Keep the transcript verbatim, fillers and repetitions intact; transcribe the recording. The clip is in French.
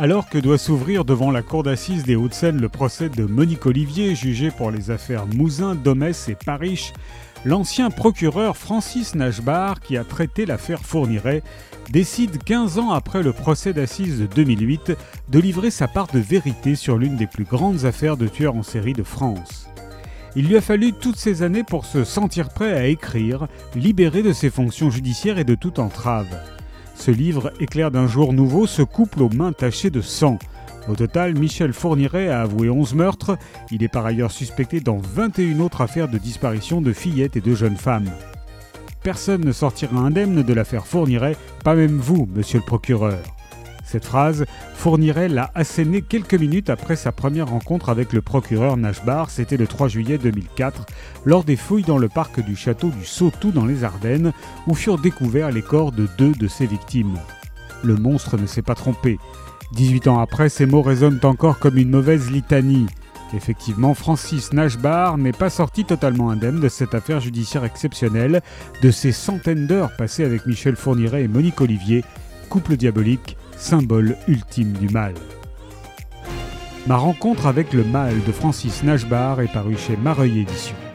Alors que doit s'ouvrir devant la cour d'assises des Hauts-de-Seine le procès de Monique Olivier, jugée pour les affaires Mouzin, Domès et Parish, l'ancien procureur Francis Nachbar, qui a traité l'affaire Fourniret, décide quinze ans après le procès d'assises de deux mille huit de livrer sa part de vérité sur l'une des plus grandes affaires de tueurs en série de France. Il lui a fallu toutes ces années pour se sentir prêt à écrire, libéré de ses fonctions judiciaires et de toute entrave. Ce livre éclaire d'un jour nouveau ce couple aux mains tachées de sang. Au total, Michel Fourniret a avoué onze meurtres. Il est par ailleurs suspecté dans vingt et une autres affaires de disparition de fillettes et de jeunes femmes. Personne ne sortira indemne de l'affaire Fourniret, pas même vous, monsieur le procureur. Cette phrase, Fourniret l'a assénée quelques minutes après sa première rencontre avec le procureur Nachbar, c'était le trois juillet deux mille quatre, lors des fouilles dans le parc du château du Sautou dans les Ardennes, où furent découverts les corps de deux de ses victimes. Le monstre ne s'est pas trompé. dix-huit ans après, ces mots résonnent encore comme une mauvaise litanie. Effectivement, Francis Nachbar n'est pas sorti totalement indemne de cette affaire judiciaire exceptionnelle, de ces centaines d'heures passées avec Michel Fourniret et Monique Olivier, couple diabolique, symbole ultime du mal. Ma rencontre avec le mal de Francis Nachbar est paru chez Mareuil Éditions.